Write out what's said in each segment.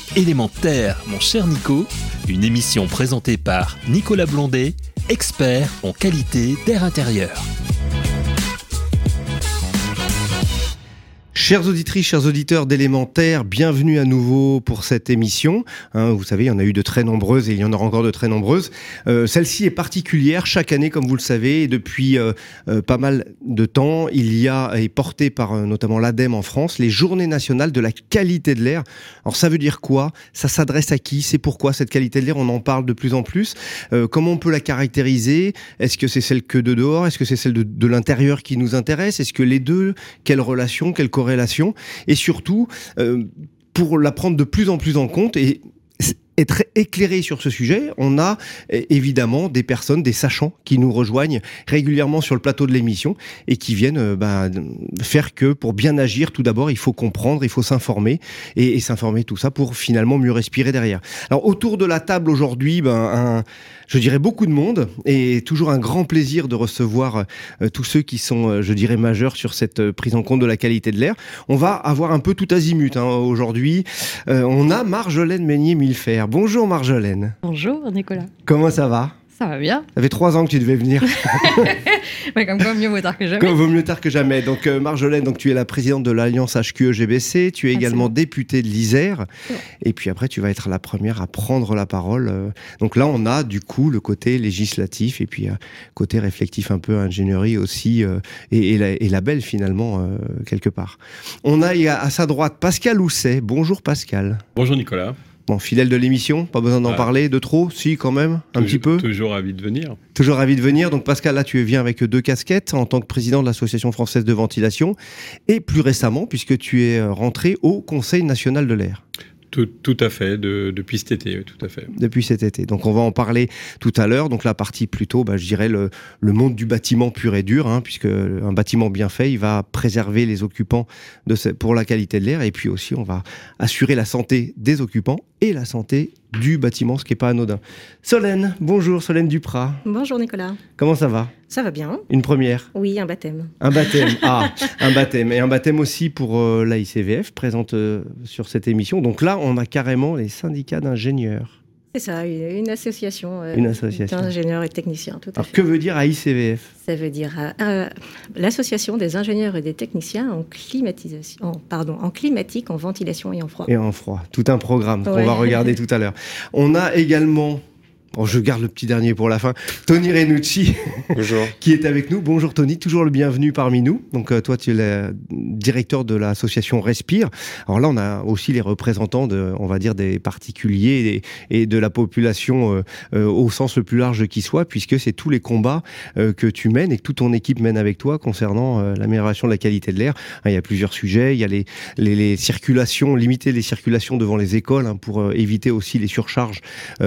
Élémentaire, mon cher Nico, une émission présentée par Nicolas Blondet, expert en qualité d'air intérieur. Chères auditrices, chers auditeurs d'Élémentaire, bienvenue à nouveau pour cette émission. Vous savez, il y en a eu de très nombreuses et il y en aura encore de très nombreuses. Celle-ci est particulière chaque année, comme vous le savez, et depuis pas mal de temps, il y a, et porté par notamment l'ADEME en France, les Journées nationales de la qualité de l'air. Alors ça veut dire quoi ? Ça s'adresse à qui ? C'est pourquoi cette qualité de l'air, on en parle de plus en plus. Comment on peut la caractériser ? Est-ce que c'est celle que de dehors ? Est-ce que c'est celle de l'intérieur qui nous intéresse ? Est-ce que les deux ? Quelle relation ? Quelle corrélation ? Et surtout, pour la prendre de plus en plus en compte et être éclairé sur ce sujet, on a évidemment des personnes, des sachants qui nous rejoignent régulièrement sur le plateau de l'émission et qui viennent faire que pour bien agir, tout d'abord, il faut comprendre, il faut s'informer et s'informer tout ça pour finalement mieux respirer derrière. Alors autour de la table aujourd'hui, je dirais beaucoup de monde et toujours un grand plaisir de recevoir tous ceux qui sont, je dirais, majeurs sur cette prise en compte de la qualité de l'air. On va avoir un peu tout azimut aujourd'hui. On a Marjolaine Meignier-Millefert. Bonjour Marjolaine. Bonjour Nicolas. Comment ça va ? Ça va bien. Ça fait 3 ans que tu devais venir. Ouais, comme quoi, mieux vaut tard que jamais. Comme vaut mieux tard que jamais. Donc Marjolaine, donc, tu es la présidente de l'Alliance HQE-GBC, tu es également députée de l'Isère, et puis après tu vas être la première à prendre la parole. Donc là on a du coup le côté législatif, et puis côté réflectif un peu, ingénierie aussi, et label finalement, quelque part. On a à sa droite Pascal Housset. Bonjour Pascal. Bonjour Nicolas. Bon, fidèle de l'émission, pas besoin d'en parler de trop, si quand même, un petit peu. Toujours ravi de venir. Toujours ravi de venir. Donc Pascal, là tu viens avec 2 casquettes en tant que président de l'Association française de ventilation et plus récemment, puisque tu es rentré au Conseil national de l'air. Tout à fait, depuis cet été, oui, tout à fait. Depuis cet été. Donc on va en parler tout à l'heure. Donc la partie plutôt, je dirais, le monde du bâtiment pur et dur, puisque un bâtiment bien fait, il va préserver les occupants pour la qualité de l'air. Et puis aussi, on va assurer la santé des occupants et la santé du bâtiment, ce qui n'est pas anodin. Solène, bonjour, Solène Duprat. Bonjour Nicolas. Comment ça va ? Ça va bien. Une première ? Oui, un baptême. Un baptême, un baptême. Et un bâtême aussi pour l'AICVF, présente sur cette émission. Donc là, on a carrément les syndicats d'ingénieurs. C'est ça, une association, d'ingénieurs et techniciens. Tout à Alors, fait. que veut dire AICVF ? Ça veut dire l'association des ingénieurs et des techniciens en climatique, en ventilation et en froid. Et en froid, tout un programme qu'on va regarder tout à l'heure. On a également... Bon, je garde le petit dernier pour la fin. Tony Renucci, bonjour, qui est avec nous. Bonjour Tony, toujours le bienvenu parmi nous. Donc toi, tu es le directeur de l'association Respire. Alors là, on a aussi les représentants on va dire, des particuliers et de la population au sens le plus large qui soit, puisque c'est tous les combats que tu mènes et que toute ton équipe mène avec toi concernant l'amélioration de la qualité de l'air. Il y a plusieurs sujets. Il y a les circulations, limiter les circulations devant les écoles pour éviter aussi les surcharges,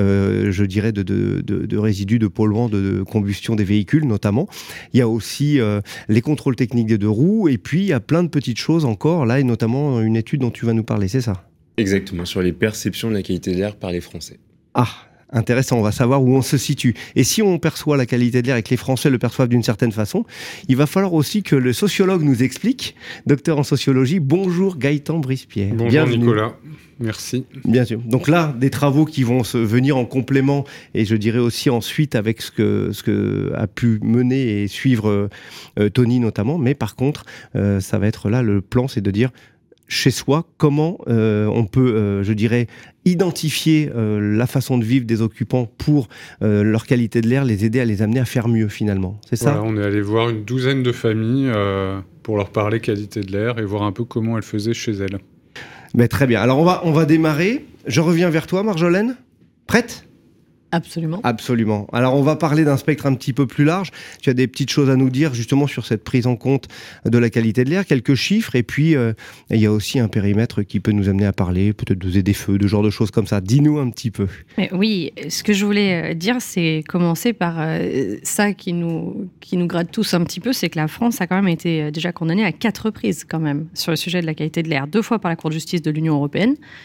je dirais, de résidus, de polluants, de combustion des véhicules notamment. Il y a aussi les contrôles techniques des 2 roues, et puis il y a plein de petites choses encore, là, et notamment une étude dont tu vas nous parler, c'est ça ? Exactement, sur les perceptions de la qualité de l'air par les Français. Intéressant, on va savoir où on se situe. Et si on perçoit la qualité de l'air et que les Français le perçoivent d'une certaine façon, il va falloir aussi que le sociologue nous explique, docteur en sociologie. Bonjour Gaëtan Brispierre. Bonjour bienvenue. Nicolas, merci. Bien sûr. Donc là, des travaux qui vont se venir en complément, et je dirais aussi ensuite avec ce que a pu mener et suivre Tony notamment. Mais par contre, ça va être là, le plan, c'est de dire chez soi, comment on peut, je dirais, identifier la façon de vivre des occupants pour leur qualité de l'air, les aider à les amener à faire mieux finalement. C'est ça ? Voilà, on est allé voir une 12aine de familles pour leur parler qualité de l'air et voir un peu comment elles faisaient chez elles. Mais très bien. Alors on va démarrer. Je reviens vers toi, Marjolaine. Prête ? Absolument. Absolument. Alors, on va parler d'un spectre un petit peu plus large. Tu as des petites choses à nous dire justement sur cette prise en compte de la qualité de l'air, quelques chiffres, et puis il y a aussi un périmètre qui peut nous amener à parler, peut-être de ZFE, de genre de choses comme ça. Dis-nous un petit peu. Mais oui, ce que je voulais dire, c'est commencer par ça qui nous gratte tous un petit peu, c'est que la France a quand même été déjà condamnée à 4 reprises quand même sur le sujet de la qualité de l'air. 2 fois par la Cour de justice de l'Union européenne,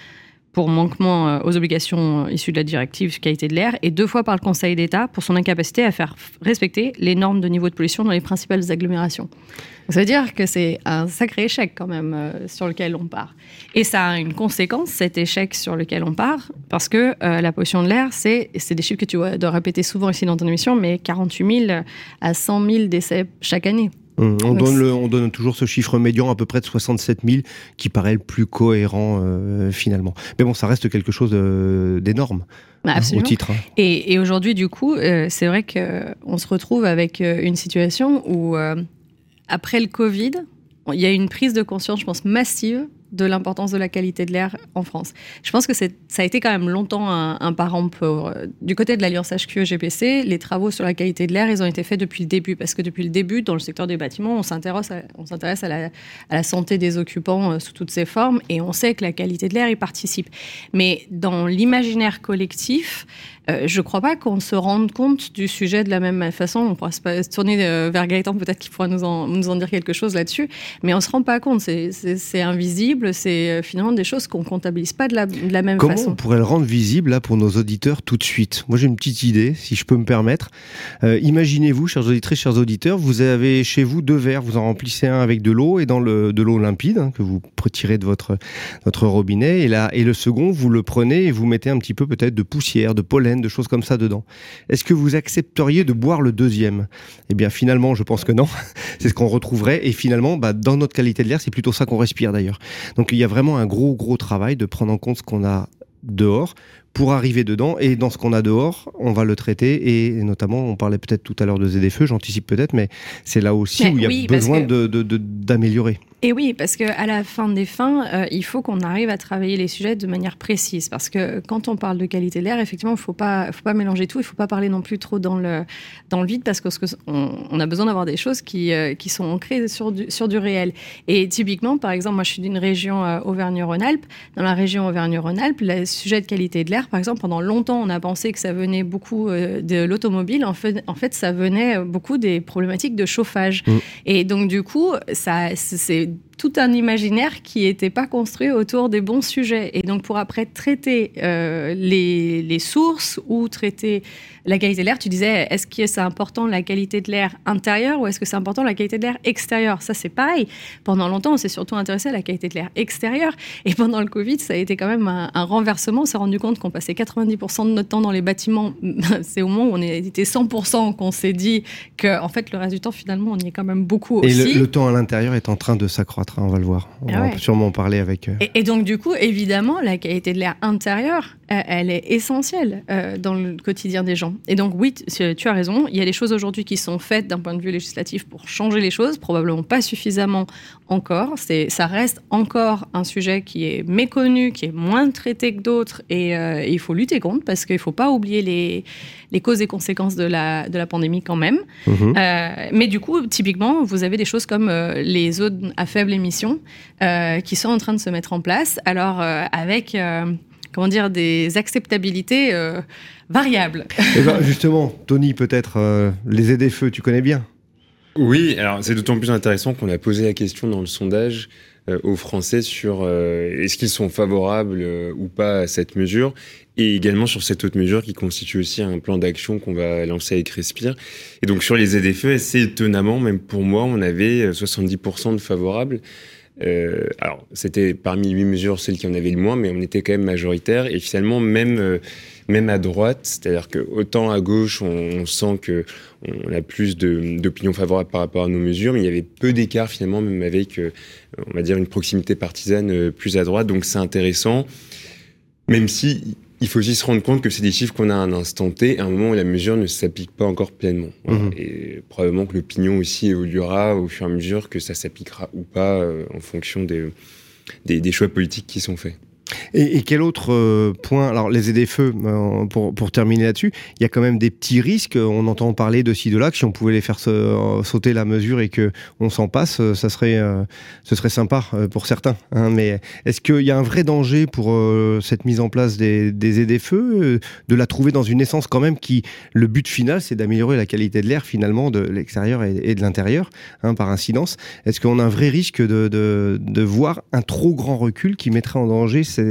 pour manquement aux obligations issues de la directive qualité de l'air et 2 fois par le Conseil d'État pour son incapacité à faire respecter les normes de niveau de pollution dans les principales agglomérations. Ça veut dire que c'est un sacré échec quand même sur lequel on part. Et ça a une conséquence, cet échec sur lequel on part, parce que la pollution de l'air, c'est des chiffres que tu dois répéter souvent ici dans ton émission, mais 48 000 à 100 000 décès chaque année. On donne toujours ce chiffre médian à peu près de 67 000 qui paraît le plus cohérent finalement. Mais bon, ça reste quelque chose d'énorme au titre. Et aujourd'hui, du coup, c'est vrai qu'on se retrouve avec une situation où, après le Covid, il y a une prise de conscience, je pense, massive de l'importance de la qualité de l'air en France. Je pense que ça a été quand même longtemps un parent pauvre. Du côté de l'Alliance HQE-GPC, les travaux sur la qualité de l'air, ils ont été faits depuis le début, parce que depuis le début, dans le secteur des bâtiments, on s'intéresse à la santé des occupants sous toutes ses formes, et on sait que la qualité de l'air y participe. Mais dans l'imaginaire collectif, je ne crois pas qu'on se rende compte du sujet de la même façon. On pourra se tourner vers Gaëtan, peut-être qu'il pourra nous en dire quelque chose là-dessus, mais on ne se rend pas compte. C'est invisible, c'est finalement des choses qu'on ne comptabilise pas de la même façon. Comment on pourrait le rendre visible là, pour nos auditeurs tout de suite ? Moi j'ai une petite idée, si je peux me permettre. Imaginez-vous, chers auditrices, chers auditeurs, vous avez chez vous 2 verres, vous en remplissez un avec de l'eau et de l'eau limpide que vous retirez de votre robinet, et le second, vous le prenez et vous mettez un petit peu peut-être de poussière, de pollen, de choses comme ça dedans. Est-ce que vous accepteriez de boire le deuxième ? Eh bien finalement, je pense que non. C'est ce qu'on retrouverait, et finalement, dans notre qualité de l'air, c'est plutôt ça qu'on respire d'ailleurs. Donc il y a vraiment un gros travail de prendre en compte ce qu'on a dehors pour arriver dedans, et dans ce qu'on a dehors, on va le traiter, et notamment, on parlait peut-être tout à l'heure de ZFE, j'anticipe peut-être, mais c'est là aussi où il y a besoin d'améliorer. Et oui, parce qu'à la fin des fins, il faut qu'on arrive à travailler les sujets de manière précise. Parce que quand on parle de qualité de l'air, effectivement, il ne faut pas mélanger tout. Il ne faut pas parler non plus trop dans le vide, parce qu'on a besoin d'avoir des choses qui sont ancrées sur du réel. Et typiquement, par exemple, moi, je suis d'une région Auvergne-Rhône-Alpes. Dans la région Auvergne-Rhône-Alpes, le sujet de qualité de l'air, par exemple, pendant longtemps, on a pensé que ça venait beaucoup de l'automobile. En fait, ça venait beaucoup des problématiques de chauffage. Et donc, du coup, c'est tout un imaginaire qui n'était pas construit autour des bons sujets. Et donc, pour après traiter les sources ou traiter la qualité de l'air, tu disais, est-ce que c'est important la qualité de l'air intérieur ou est-ce que c'est important la qualité de l'air extérieur ? Ça, c'est pareil. Pendant longtemps, on s'est surtout intéressé à la qualité de l'air extérieur. Et pendant le Covid, ça a été quand même un renversement. On s'est rendu compte qu'on passait 90% de notre temps dans les bâtiments. C'est au moment où on était 100% qu'on s'est dit qu'en fait, le reste du temps, finalement, on y est quand même beaucoup aussi. Et le temps à l'intérieur est en train de s'accroître, on va le voir. On va sûrement en parler avec... Et donc, du coup, évidemment, la qualité de l'air intérieur, elle est essentielle dans le quotidien des gens. Et donc, oui, tu as raison, il y a des choses aujourd'hui qui sont faites d'un point de vue législatif pour changer les choses, probablement pas suffisamment encore. Ça reste encore un sujet qui est méconnu, qui est moins traité que d'autres, et il faut lutter contre, parce qu'il ne faut pas oublier les causes et conséquences de la pandémie quand même. Mais du coup, typiquement, vous avez des choses comme les zones à faible émission qui sont en train de se mettre en place, alors avec... des acceptabilités variables. Et justement, Tony, peut-être, les ZFE, tu connais bien ? Oui, alors c'est d'autant plus intéressant qu'on a posé la question dans le sondage aux Français sur est-ce qu'ils sont favorables ou pas à cette mesure, et également sur cette autre mesure qui constitue aussi un plan d'action qu'on va lancer avec Respire. Et donc sur les ZFE, assez étonnamment, même pour moi, on avait 70% de favorables. Alors, c'était parmi 8 mesures celle qui en avait le moins, mais on était quand même majoritaire. Et finalement, même à droite, c'est-à-dire que autant à gauche, on sent que on a plus d'opinions favorables par rapport à nos mesures, mais il y avait peu d'écart finalement, même avec, on va dire, une proximité partisane plus à droite. Donc c'est intéressant, même si il faut aussi se rendre compte que c'est des chiffres qu'on a à un instant T, à un moment où la mesure ne s'applique pas encore pleinement. Voilà. Et probablement que l'opinion aussi évoluera au fur et à mesure que ça s'appliquera ou pas en fonction des choix politiques qui sont faits. Et quel autre point, alors les ZFE, pour terminer là-dessus, il y a quand même des petits risques, on entend parler de ci, de là, que si on pouvait les faire sauter la mesure et qu'on s'en passe, ce serait sympa pour certains. Hein, mais est-ce qu'il y a un vrai danger pour cette mise en place des ZFE, de la trouver dans une essence quand même qui, le but final, c'est d'améliorer la qualité de l'air finalement de l'extérieur et de l'intérieur, hein, par incidence. Est-ce qu'on a un vrai risque de voir un trop grand recul qui mettrait en danger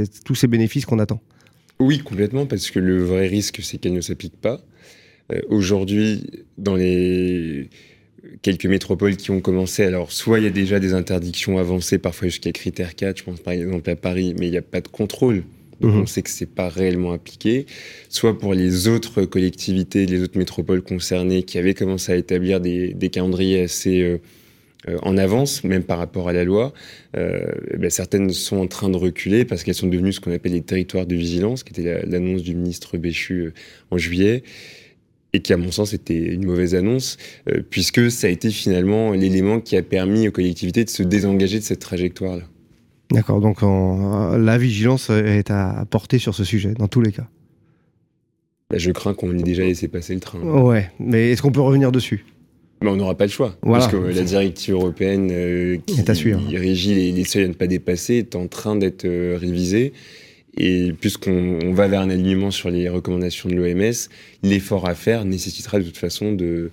tous ces bénéfices qu'on attend. Oui, complètement, parce que le vrai risque, c'est qu'elle ne s'applique pas. Aujourd'hui, dans les quelques métropoles qui ont commencé, alors soit il y a déjà des interdictions avancées, parfois jusqu'à critère 4, je pense par exemple à Paris, mais il n'y a pas de contrôle. Donc on sait que c'est pas réellement appliqué. Soit pour les autres collectivités, les autres métropoles concernées qui avaient commencé à établir des calendriers assez en avance, même par rapport à la loi, certaines sont en train de reculer parce qu'elles sont devenues ce qu'on appelle les territoires de vigilance, qui était l'annonce du ministre Béchu en juillet, et qui, à mon sens, était une mauvaise annonce, puisque ça a été finalement l'élément qui a permis aux collectivités de se désengager de cette trajectoire-là. D'accord, donc la vigilance est à porter sur ce sujet, dans tous les cas. Je crains qu'on ait déjà laissé passer le train. Ouais, mais est-ce qu'on peut revenir dessus ? On n'aura pas le choix, voilà. Parce que la directive européenne qui régit les seuils à ne pas dépasser est en train d'être révisée. Et puisqu'on va vers un alignement sur les recommandations de l'OMS, l'effort à faire nécessitera de toute façon de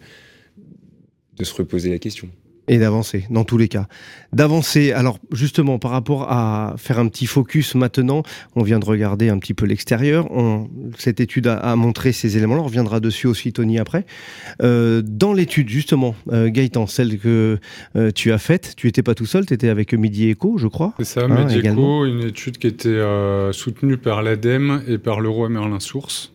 se reposer la question. Et d'avancer, dans tous les cas. D'avancer, alors justement, par rapport à faire un petit focus maintenant, on vient de regarder un petit peu l'extérieur, cette étude a montré ces éléments-là, on reviendra dessus aussi, Tony, après. Dans l'étude, justement, Gaëtan, celle que tu as faite, tu n'étais pas tout seul, tu étais avec Midi Eco, je crois. C'est ça, Midi Eco, une étude qui était soutenue par l'ADEME et par Leroy Merlin Sources.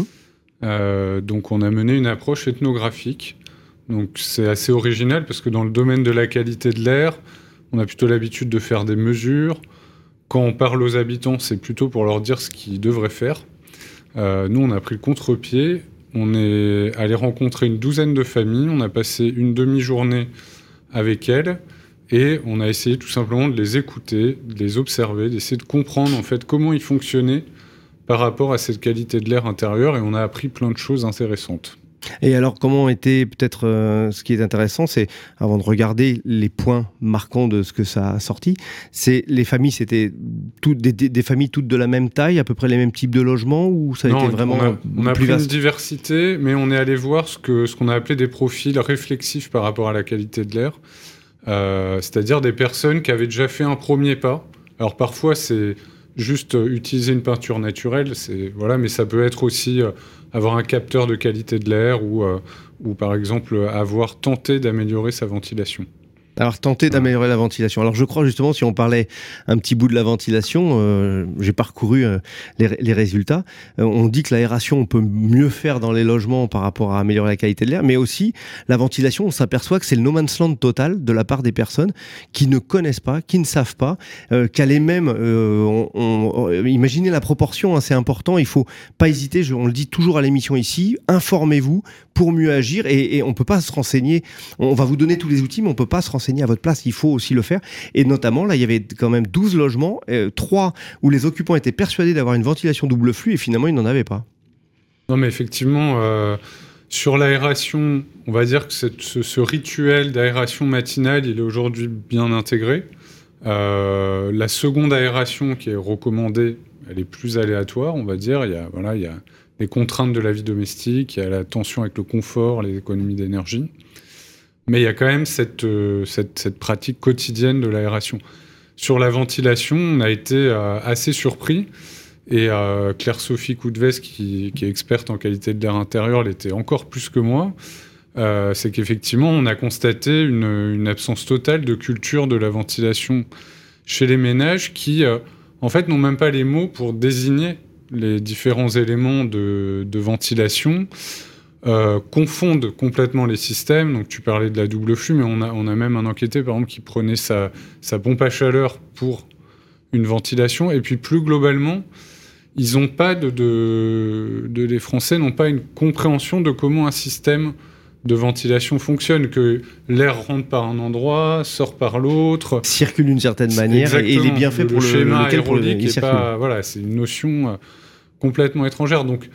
Donc on a mené une approche ethnographique. Donc c'est assez original parce que dans le domaine de la qualité de l'air, on a plutôt l'habitude de faire des mesures. Quand on parle aux habitants, c'est plutôt pour leur dire ce qu'ils devraient faire. Nous, on a pris le contre-pied. On est allé rencontrer une douzaine de familles. On a passé une demi-journée avec elles et on a essayé tout simplement de les écouter, de les observer, d'essayer de comprendre en fait comment ils fonctionnaient par rapport à cette qualité de l'air intérieur et on a appris plein de choses intéressantes. Et alors, comment était peut-être ce qui est intéressant, c'est avant de regarder les points marquants de ce que ça a sorti, c'est les familles, c'était toutes des familles toutes de la même taille, à peu près les mêmes types de logements, ou ça a été vraiment on a plus pris vaste. Une diversité, mais on est allé voir ce qu'on a appelé des profils réflexifs par rapport à la qualité de l'air, c'est-à-dire des personnes qui avaient déjà fait un premier pas. Alors parfois c'est juste utiliser une peinture naturelle, mais ça peut être aussi avoir un capteur de qualité de l'air ou par exemple avoir tenté d'améliorer sa ventilation. Alors, tenter d'améliorer la ventilation. Alors, je crois justement, si on parlait un petit bout de la ventilation, j'ai parcouru les résultats. On dit que l'aération, on peut mieux faire dans les logements par rapport à améliorer la qualité de l'air, mais aussi la ventilation, on s'aperçoit que c'est le no man's land total de la part des personnes qui ne connaissent pas, qui ne savent pas, qu'elle est même... imaginez la proportion, hein, c'est important, il faut pas hésiter, on le dit toujours à l'émission ici, informez-vous pour mieux agir et on peut pas se renseigner, on va vous donner tous les outils, mais on peut pas se renseigner à votre place, il faut aussi le faire. Et notamment, là, il y avait quand même 12 logements, 3 où les occupants étaient persuadés d'avoir une ventilation double flux et finalement, ils n'en avaient pas. Non, mais effectivement, sur l'aération, on va dire que ce rituel d'aération matinale, il est aujourd'hui bien intégré. La seconde aération qui est recommandée, elle est plus aléatoire, on va dire. Il y a les contraintes de la vie domestique, il y a la tension avec le confort, les économies d'énergie. Mais il y a quand même cette pratique quotidienne de l'aération. Sur la ventilation, on a été assez surpris. Et Claire-Sophie Coudevès, qui est experte en qualité de l'air intérieur, l'était encore plus que moi. C'est qu'effectivement, on a constaté une absence totale de culture de la ventilation chez les ménages qui, en fait, n'ont même pas les mots pour désigner les différents éléments de ventilation. Confondent complètement les systèmes. Donc tu parlais de la double flux, mais on a même un enquêté par exemple qui prenait sa pompe à chaleur pour une ventilation. Et puis plus globalement, ils ont pas les Français n'ont pas une compréhension de comment un système de ventilation fonctionne, que l'air rentre par un endroit, sort par l'autre, circule d'une certaine manière et il est bien fait pour le schéma lequel pour aérolique est pas, c'est une notion complètement étrangère. Donc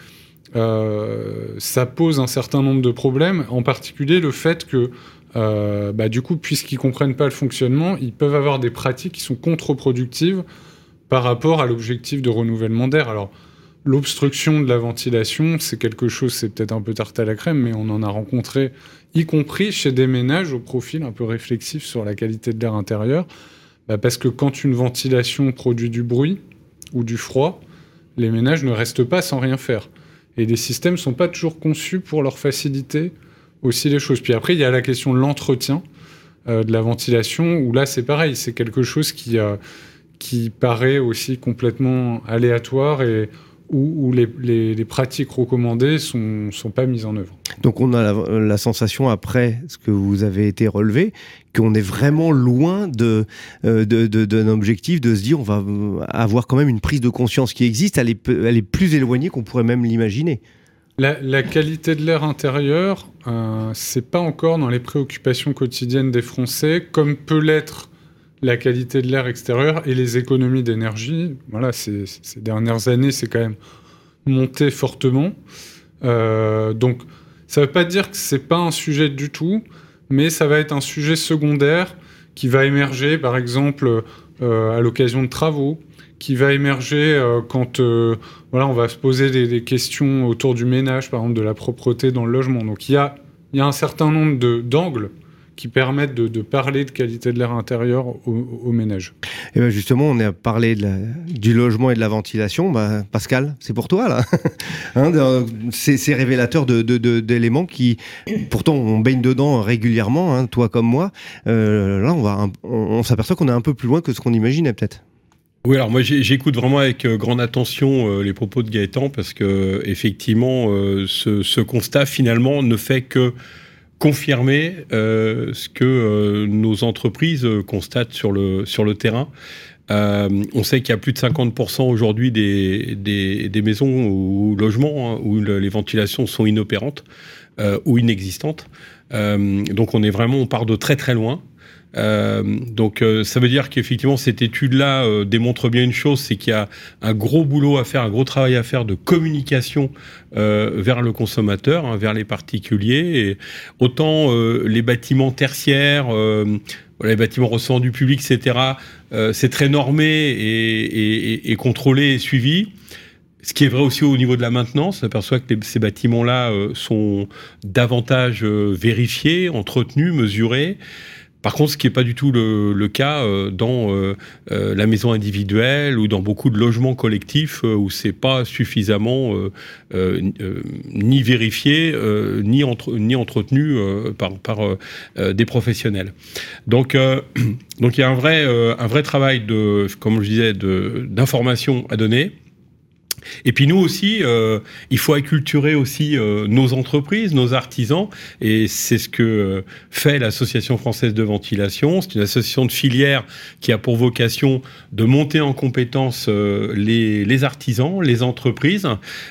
ça pose un certain nombre de problèmes, en particulier le fait que, du coup, puisqu'ils ne comprennent pas le fonctionnement, ils peuvent avoir des pratiques qui sont contre-productives par rapport à l'objectif de renouvellement d'air. Alors, l'obstruction de la ventilation, c'est quelque chose, c'est peut-être un peu tarte à la crème, mais on en a rencontré, y compris chez des ménages au profil un peu réflexif sur la qualité de l'air intérieur, parce que quand une ventilation produit du bruit, ou du froid, les ménages ne restent pas sans rien faire. Et les systèmes ne sont pas toujours conçus pour leur faciliter aussi les choses. Puis après, il y a la question de l'entretien de la ventilation, où là, c'est pareil. C'est quelque chose qui paraît aussi complètement aléatoire et où les pratiques recommandées sont pas mises en œuvre. Donc on a la sensation, après ce que vous avez été relevé, qu'on est vraiment loin d'un objectif de se dire on va avoir quand même une prise de conscience qui existe, elle est plus éloignée qu'on pourrait même l'imaginer. La qualité de l'air intérieur, c'est pas encore dans les préoccupations quotidiennes des Français, comme peut l'être la qualité de l'air extérieur et les économies d'énergie. Voilà, ces dernières années, c'est quand même monté fortement. Donc, ça ne veut pas dire que c'est pas un sujet du tout, mais ça va être un sujet secondaire qui va émerger, par exemple, à l'occasion de travaux, qui va émerger quand on va se poser des questions autour du ménage, par exemple, de la propreté dans le logement. Donc, il y a un certain nombre d'angles qui permettent de parler de qualité de l'air intérieur au ménage. Et bien justement, on a parlé du logement et de la ventilation. Pascal, c'est pour toi, là. C'est révélateur d'éléments qui, pourtant, on baigne dedans régulièrement, toi comme moi. Là, on s'aperçoit qu'on est un peu plus loin que ce qu'on imaginait, peut-être. Oui, alors moi j'écoute vraiment avec grande attention les propos de Gaëtan, parce que effectivement, ce constat finalement ne fait que confirmer ce que nos entreprises constatent sur le terrain. On sait qu'il y a plus de 50% aujourd'hui des maisons ou logements où les ventilations sont inopérantes ou inexistantes. Donc on part de très très loin. Donc ça veut dire qu'effectivement cette étude-là démontre bien une chose, c'est qu'il y a un gros boulot à faire, un gros travail à faire de communication vers le consommateur, vers les particuliers. Et autant les bâtiments tertiaires, les bâtiments recevant du public, etc., c'est très normé et contrôlé et suivi. Ce qui est vrai aussi au niveau de la maintenance, on s'aperçoit que ces bâtiments-là sont davantage vérifiés, entretenus, mesurés. Par contre, ce qui n'est pas du tout le cas dans la maison individuelle ou dans beaucoup de logements collectifs où c'est pas suffisamment ni vérifié ni entretenu par des professionnels. Donc il y a un vrai travail comme je disais, d'information à donner. Et puis nous aussi, il faut acculturer aussi nos entreprises, nos artisans, et c'est ce que fait l'Association française de ventilation. C'est une association de filière qui a pour vocation de monter en compétence les artisans, les entreprises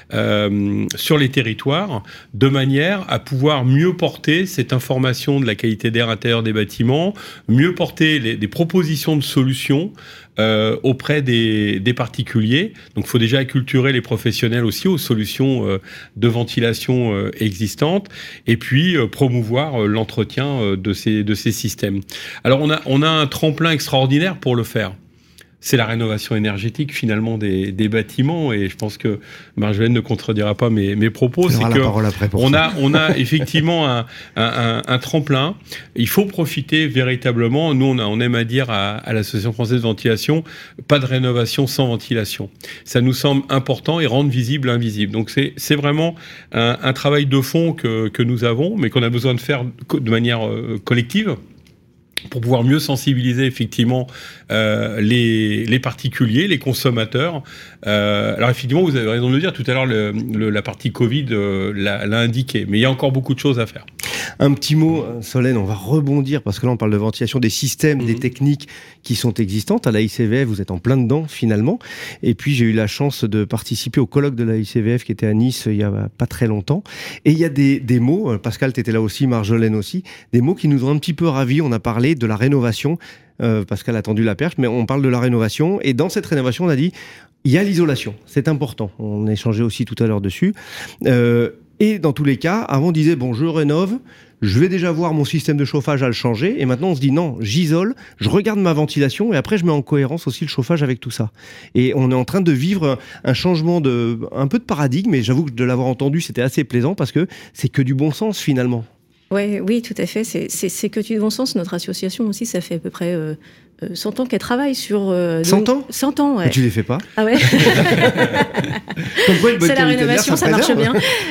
sur les territoires, de manière à pouvoir mieux porter cette information de la qualité d'air intérieur des bâtiments, mieux porter des propositions de solutions auprès des particuliers. Donc il faut déjà acculturer les professionnels aussi aux solutions de ventilation existantes, et puis promouvoir l'entretien de ces systèmes. Alors on a un tremplin extraordinaire pour le faire. C'est la rénovation énergétique finalement des bâtiments, et je pense que Marjolaine ne contredira pas mes propos. C'est que on a effectivement un tremplin. Il faut profiter véritablement. Nous on aime à dire à l'Association française de ventilation, pas de rénovation sans ventilation. Ça nous semble important, et rendre visible l'invisible. Donc c'est vraiment un travail de fond que nous avons, mais qu'on a besoin de faire de manière collective, pour pouvoir mieux sensibiliser effectivement les particuliers, les consommateurs. Alors effectivement, vous avez raison de le dire, tout à l'heure la partie Covid l'a indiqué, mais il y a encore beaucoup de choses à faire. Un petit mot, Solène, on va rebondir, parce que là on parle de ventilation, des systèmes, des techniques qui sont existantes. À la ICVF, vous êtes en plein dedans finalement. Et puis j'ai eu la chance de participer au colloque de la ICVF qui était à Nice il y a pas très longtemps. Et il y a des mots, Pascal, tu étais là aussi, Marjolaine aussi, des mots qui nous ont un petit peu ravis. On a parlé de la rénovation. Pascal a tendu la perche, mais on parle de la rénovation. Et dans cette rénovation, on a dit, il y a l'isolation. C'est important. On a échangé aussi tout à l'heure dessus. Et dans tous les cas, avant on disait, bon, je rénove, je vais déjà voir mon système de chauffage à le changer. Et maintenant, on se dit, non, j'isole, je regarde ma ventilation, et après, je mets en cohérence aussi le chauffage avec tout ça. Et on est en train de vivre un changement un peu de paradigme. Et j'avoue que de l'avoir entendu, c'était assez plaisant, parce que c'est que du bon sens, finalement. Oui, tout à fait. C'est que du bon sens. Notre association aussi, ça fait à peu près 100 ans qu'elle travaille sur... 100 ans 100 ans, ouais. Mais tu les fais pas? Ah ouais. C'est la rénovation, ça marche bien.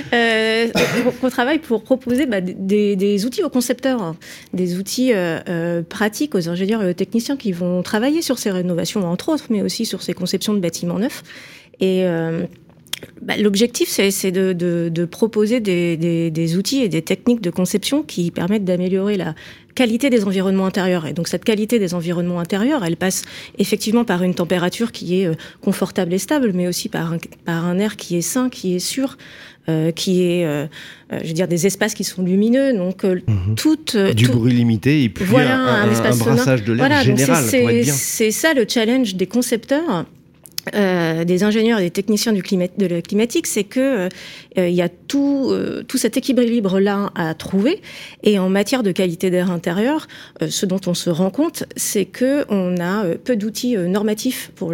On travaille pour proposer des outils aux concepteurs, des outils pratiques aux ingénieurs et aux techniciens qui vont travailler sur ces rénovations, entre autres, mais aussi sur ces conceptions de bâtiments neufs. Et l'objectif, c'est de proposer des outils et des techniques de conception qui permettent d'améliorer la qualité des environnements intérieurs. Et donc cette qualité des environnements intérieurs, elle passe effectivement par une température qui est confortable et stable, mais aussi par un air qui est sain, qui est sûr, qui est, des espaces qui sont lumineux. Donc du bruit limité et puis voilà, un brassage de l'air général pour être bien. C'est ça le challenge des concepteurs. Des ingénieurs et des techniciens de la climatique, c'est que il y a tout cet équilibre-là à trouver. Et en matière de qualité d'air intérieur, ce dont on se rend compte, c'est que on a peu d'outils normatifs pour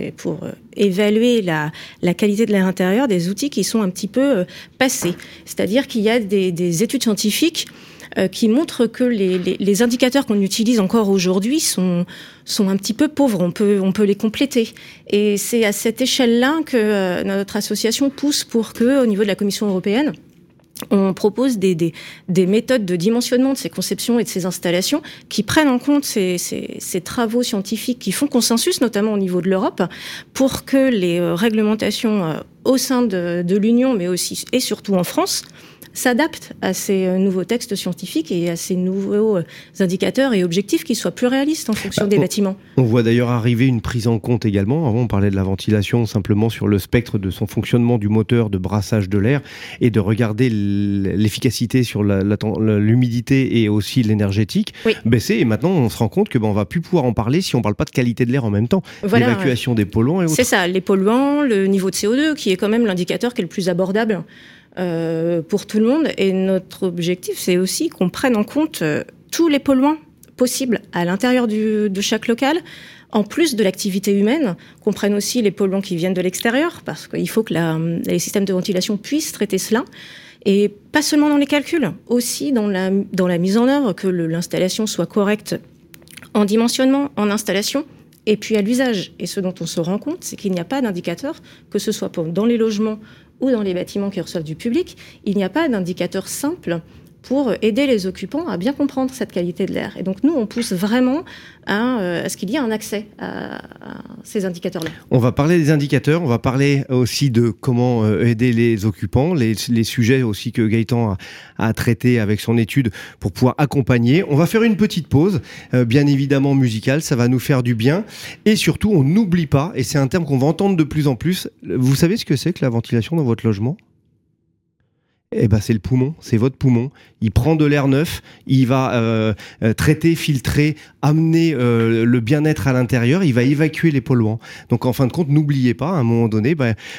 évaluer la qualité de l'air intérieur, des outils qui sont un petit peu passés. C'est-à-dire qu'il y a des études scientifiques qui montrent que les indicateurs qu'on utilise encore aujourd'hui sont un petit peu pauvres. On peut les compléter. Et c'est à cette échelle-là que notre association pousse pour que, au niveau de la Commission européenne, on propose des méthodes de dimensionnement de ces conceptions et de ces installations qui prennent en compte ces travaux scientifiques qui font consensus, notamment au niveau de l'Europe, pour que les réglementations au sein de l'Union, mais aussi et surtout en France, s'adaptent à ces nouveaux textes scientifiques et à ces nouveaux indicateurs et objectifs qui soient plus réalistes en fonction des bâtiments. On voit d'ailleurs arriver une prise en compte également. Avant, on parlait de la ventilation simplement sur le spectre de son fonctionnement du moteur de brassage de l'air et de regarder l'efficacité sur l'humidité et aussi l'énergétique baisser. Et maintenant, on se rend compte que on va plus pouvoir en parler si on parle pas de qualité de l'air en même temps. Voilà, l'évacuation des polluants et autres. C'est ça, les polluants, le niveau de CO2 qui est quand même l'indicateur qui est le plus abordable pour tout le monde. Et notre objectif, c'est aussi qu'on prenne en compte tous les polluants possibles à l'intérieur de chaque local, en plus de l'activité humaine, qu'on prenne aussi les polluants qui viennent de l'extérieur, parce qu'il faut que les systèmes de ventilation puissent traiter cela. Et pas seulement dans les calculs, aussi dans la mise en œuvre, que l'installation soit correcte en dimensionnement, en installation, et puis à l'usage. Et ce dont on se rend compte, c'est qu'il n'y a pas d'indicateur, que ce soit dans les logements ou dans les bâtiments qui reçoivent du public, il n'y a pas d'indicateur simple pour aider les occupants à bien comprendre cette qualité de l'air. Et donc nous, on pousse vraiment à ce qu'il y ait un accès à ces indicateurs-là. On va parler des indicateurs, on va parler aussi de comment aider les occupants, les sujets aussi que Gaëtan a traités avec son étude pour pouvoir accompagner. On va faire une petite pause, bien évidemment musicale, ça va nous faire du bien. Et surtout, on n'oublie pas, et c'est un terme qu'on va entendre de plus en plus, vous savez ce que c'est que la ventilation dans votre logement ? Eh ben, c'est le poumon, c'est votre poumon. Il prend de l'air neuf, il va traiter, filtrer, amener le bien-être à l'intérieur, il va évacuer les polluants. Donc en fin de compte, n'oubliez pas, à un moment donné,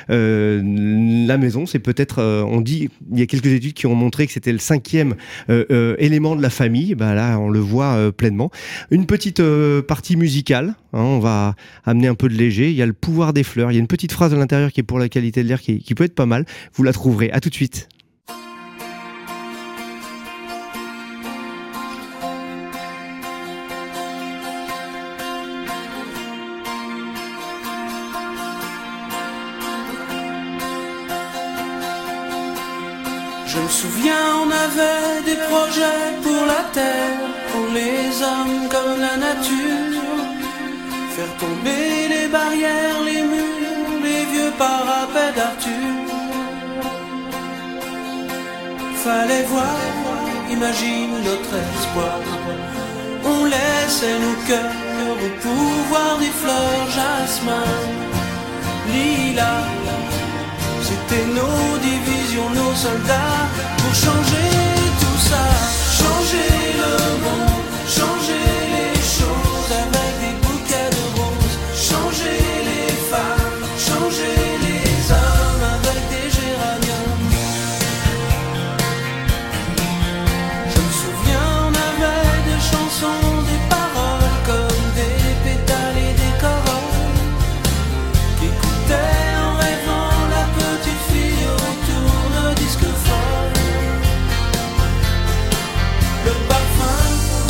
la maison, c'est peut-être, on dit, il y a quelques études qui ont montré que c'était le 5e élément de la famille. Là, on le voit pleinement. Une petite partie musicale, on va amener un peu de léger. Il y a le pouvoir des fleurs. Il y a une petite phrase à l'intérieur qui est pour la qualité de l'air qui peut être pas mal. Vous la trouverez. À tout de suite. Je me souviens, on avait des projets pour la terre, pour les hommes comme la nature. Faire tomber les barrières, les murs, les vieux parapets d'Arthur. Fallait voir, imagine notre espoir. On laissait nos cœurs au pouvoir des fleurs, jasmin, lilas. C'était nos divisions, nos soldats, pour changer tout ça, changer le monde, changer les choses avec des bouquets de roses, changer les femmes, changer les hommes avec des géraniums. Je me souviens, on avait des chansons, des paroles comme des pétales et des corolles qui écoutaient. Le parfum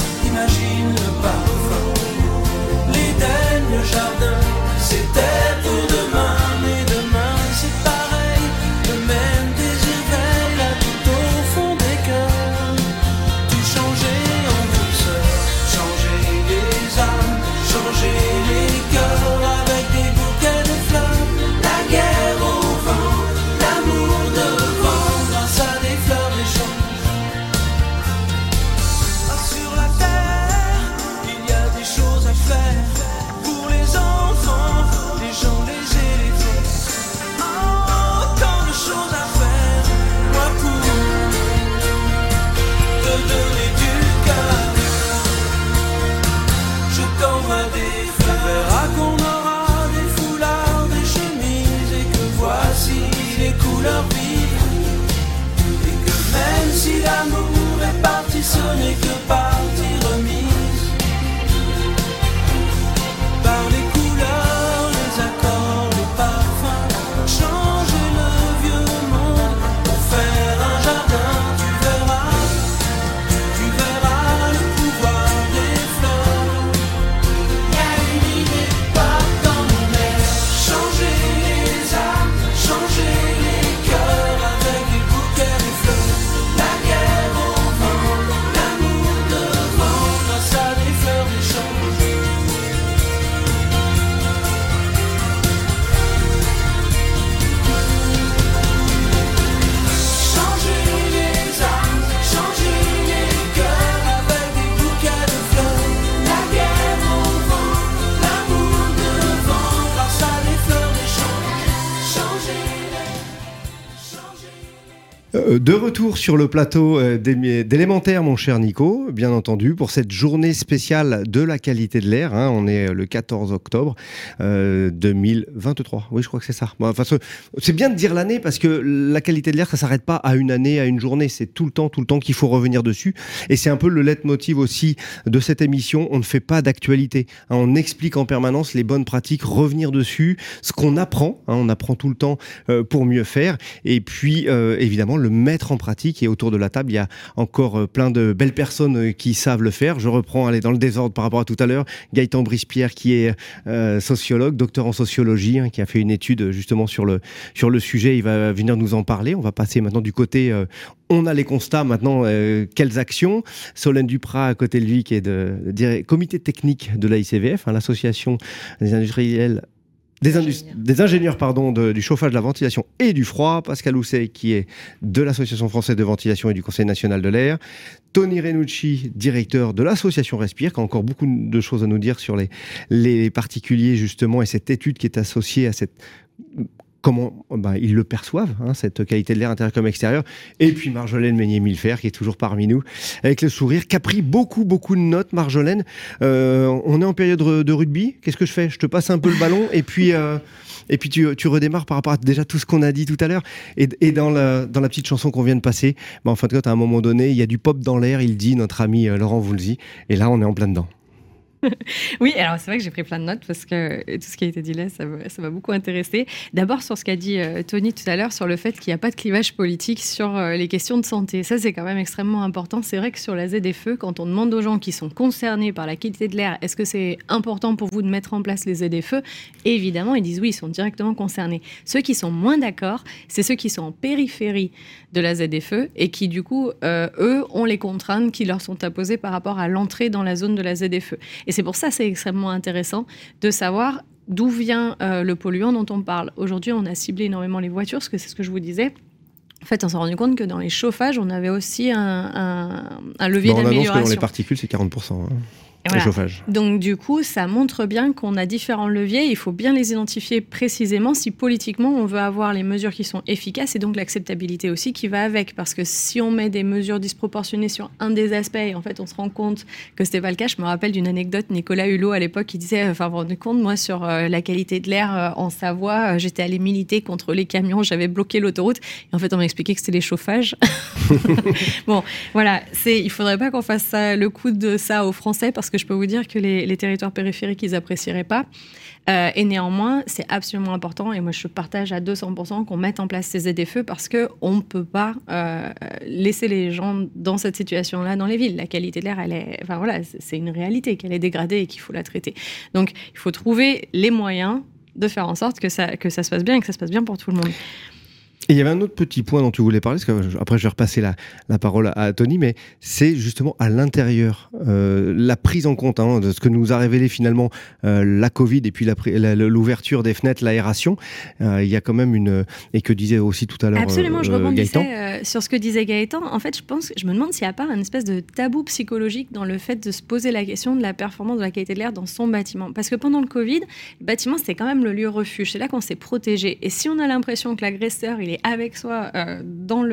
De retour sur le plateau d'élémentaire, mon cher Nico, bien entendu, pour cette journée spéciale de la qualité de l'air. On est le 14 octobre 2023. Oui, je crois que c'est ça. Bon, enfin, c'est bien de dire l'année parce que la qualité de l'air, ça s'arrête pas à une année, à une journée. C'est tout le temps qu'il faut revenir dessus. Et c'est un peu le leitmotiv aussi de cette émission. On ne fait pas d'actualité. On explique en permanence les bonnes pratiques, revenir dessus, ce qu'on apprend. On apprend tout le temps pour mieux faire. Et puis, évidemment, le mettre en pratique. Et autour de la table, il y a encore plein de belles personnes qui savent le faire. Je reprends, dans le désordre par rapport à tout à l'heure, Gaëtan Brispierre qui est sociologue, docteur en sociologie, qui a fait une étude justement sur le sujet. Il va venir nous en parler. On va passer maintenant du côté... on a les constats maintenant, quelles actions. Solène Duprat à côté de lui qui est comité technique de l'AICVF, l'association des industriels... Des ingénieurs du chauffage, de la ventilation et du froid. Pascal Housset, qui est de l'Association française de ventilation et du Conseil national de l'air. Tony Renucci, directeur de l'association Respire, qui a encore beaucoup de choses à nous dire sur les particuliers, justement, et cette étude qui est associée à cette... comment ils le perçoivent, cette qualité de l'air intérieur comme extérieur. Et puis Marjolaine Meunier-Millefert, qui est toujours parmi nous, avec le sourire, qui a pris beaucoup de notes. Marjolaine, on est en période de rugby. Qu'est-ce que je fais ? Je te passe un peu le ballon, et puis tu redémarres par rapport à déjà tout ce qu'on a dit tout à l'heure. Et dans la petite chanson qu'on vient de passer, en fin de compte, à un moment donné, il y a du pop dans l'air, il dit, notre ami Laurent Voulzy. Et là, on est en plein dedans. Oui, alors c'est vrai que j'ai pris plein de notes parce que tout ce qui a été dit là, ça m'a beaucoup intéressé. D'abord sur ce qu'a dit Tony tout à l'heure sur le fait qu'il n'y a pas de clivage politique sur les questions de santé. Ça, c'est quand même extrêmement important. C'est vrai que sur la ZFE, quand on demande aux gens qui sont concernés par la qualité de l'air, est-ce que c'est important pour vous de mettre en place les ZFE ? Évidemment, ils disent oui, ils sont directement concernés. Ceux qui sont moins d'accord, c'est ceux qui sont en périphérie de la ZFE et qui, du coup, eux, ont les contraintes qui leur sont imposées par rapport à l'entrée dans la zone de la ZFE. Et c'est pour ça que c'est extrêmement intéressant de savoir d'où vient le polluant dont on parle. Aujourd'hui, on a ciblé énormément les voitures, parce que c'est ce que je vous disais. En fait, on s'est rendu compte que dans les chauffages, on avait aussi un levier d'amélioration. On annonce que dans les particules, c'est 40%. Voilà. Donc du coup, ça montre bien qu'on a différents leviers. Il faut bien les identifier précisément si politiquement on veut avoir les mesures qui sont efficaces et donc l'acceptabilité aussi qui va avec. Parce que si on met des mesures disproportionnées sur un des aspects, et en fait on se rend compte que c'était pas le cas. Je me rappelle d'une anecdote, Nicolas Hulot à l'époque qui disait, vous vous rendez compte, moi sur la qualité de l'air en Savoie, j'étais allé militer contre les camions, j'avais bloqué l'autoroute. Et en fait on m'a expliqué que c'était les chauffages. Bon, voilà, il faudrait pas qu'on fasse le coup de ça aux Français parce que je peux vous dire que les territoires périphériques, ils apprécieraient pas. Et néanmoins, c'est absolument important, et moi je partage à 200% qu'on mette en place ces ZFE parce qu'on ne peut pas laisser les gens dans cette situation-là dans les villes. La qualité de l'air, c'est une réalité, qu'elle est dégradée et qu'il faut la traiter. Donc il faut trouver les moyens de faire en sorte que ça se passe bien et que ça se passe bien pour tout le monde. Et il y avait un autre petit point dont tu voulais parler, parce que après je vais repasser la parole à Tony, mais c'est justement à l'intérieur, la prise en compte de ce que nous a révélé finalement la Covid et puis l'ouverture des fenêtres, l'aération. Il y a quand même et que disait aussi tout à l'heure Absolument, je rebondissais Gaëtan. Sur ce que disait Gaëtan. En fait, je me demande s'il n'y a pas un espèce de tabou psychologique dans le fait de se poser la question de la performance de la qualité de l'air dans son bâtiment. Parce que pendant le Covid, le bâtiment, c'était quand même le lieu refuge. C'est là qu'on s'est protégé. Et si on a l'impression que l'agresseur, il est avec soi dans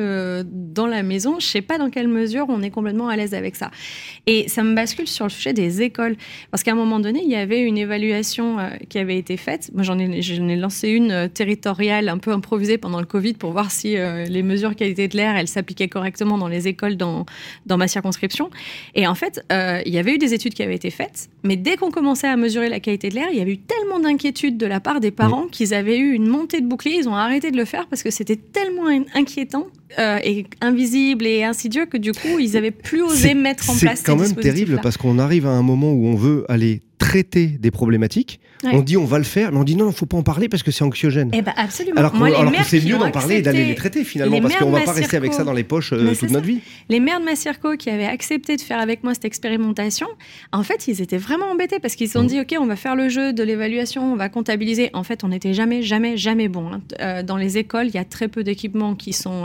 la maison, je ne sais pas dans quelle mesure on est complètement à l'aise avec ça. Et ça me bascule sur le sujet des écoles. Parce qu'à un moment donné, il y avait une évaluation qui avait été faite. Moi, j'en ai lancé une territoriale, un peu improvisée pendant le Covid pour voir si les mesures qualité de l'air, elles s'appliquaient correctement dans les écoles dans ma circonscription. Et en fait, il y avait eu des études qui avaient été faites, mais dès qu'on commençait à mesurer la qualité de l'air, il y avait eu tellement d'inquiétudes de la part des parents qu'ils avaient eu une montée de bouclier. Ils ont arrêté de le faire parce que c'était tellement inquiétant et invisible et insidieux que du coup, ils n'avaient plus osé mettre en place ces dispositifs-là. C'est quand même terrible parce qu'on arrive à un moment où on veut aller traiter des problématiques. Ouais. On dit on va le faire, mais on dit non, il ne faut pas en parler parce que c'est anxiogène. Eh ben absolument. Alors que c'est mieux d'en parler et d'aller les traiter finalement, parce qu'on ne va pas rester avec ça dans les poches toute notre vie. Les maires de Massirco qui avaient accepté de faire avec moi cette expérimentation, en fait, ils étaient vraiment embêtés parce qu'ils se sont dit ok, on va faire le jeu de l'évaluation, on va comptabiliser. En fait, on n'était jamais bon. Dans les écoles, il y a très peu d'équipements qui sont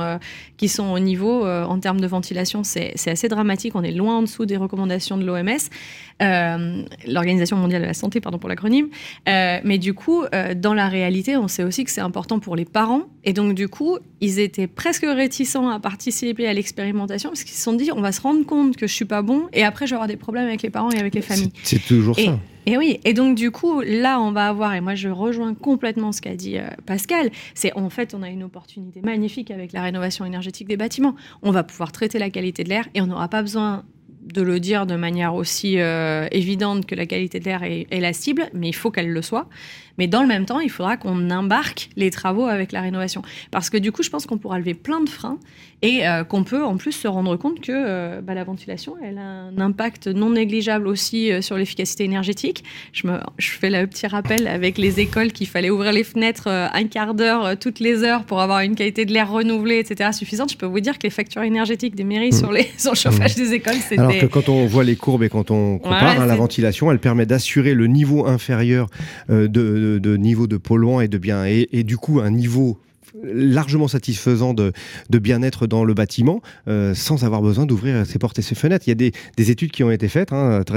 au niveau. En termes de ventilation, c'est assez dramatique. On est loin en dessous des recommandations de l'OMS. L'Organisation l'Organisation mondiale de la santé, pardon pour l'acronyme. Mais du coup, dans la réalité, on sait aussi que c'est important pour les parents. Et donc, du coup, ils étaient presque réticents à participer à l'expérimentation parce qu'ils se sont dit, on va se rendre compte que je suis pas bon et après, je vais avoir des problèmes avec les parents et avec les familles. C'est toujours ça. Et oui, et donc du coup, là, on va avoir, et moi je rejoins complètement ce qu'a dit Pascal, c'est en fait, on a une opportunité magnifique avec la rénovation énergétique des bâtiments. On va pouvoir traiter la qualité de l'air et on n'aura pas besoin de le dire de manière aussi évidente que la qualité de l'air est la cible, mais il faut qu'elle le soit. Mais dans le même temps, il faudra qu'on embarque les travaux avec la rénovation. Parce que du coup, je pense qu'on pourra lever plein de freins et qu'on peut en plus se rendre compte que la ventilation, elle a un impact non négligeable aussi sur l'efficacité énergétique. Je fais le petit rappel avec les écoles qu'il fallait ouvrir les fenêtres un quart d'heure toutes les heures pour avoir une qualité de l'air renouvelée, etc. suffisante. Je peux vous dire que les factures énergétiques des mairies sur le chauffage des écoles, c'était... Alors que quand on voit les courbes et quand on compare, la ventilation, elle permet d'assurer le niveau inférieur de niveau de polluants et de bien et du coup un niveau largement satisfaisant de bien-être dans le bâtiment sans avoir besoin d'ouvrir ses portes et ses fenêtres. Il y a des études qui ont été faites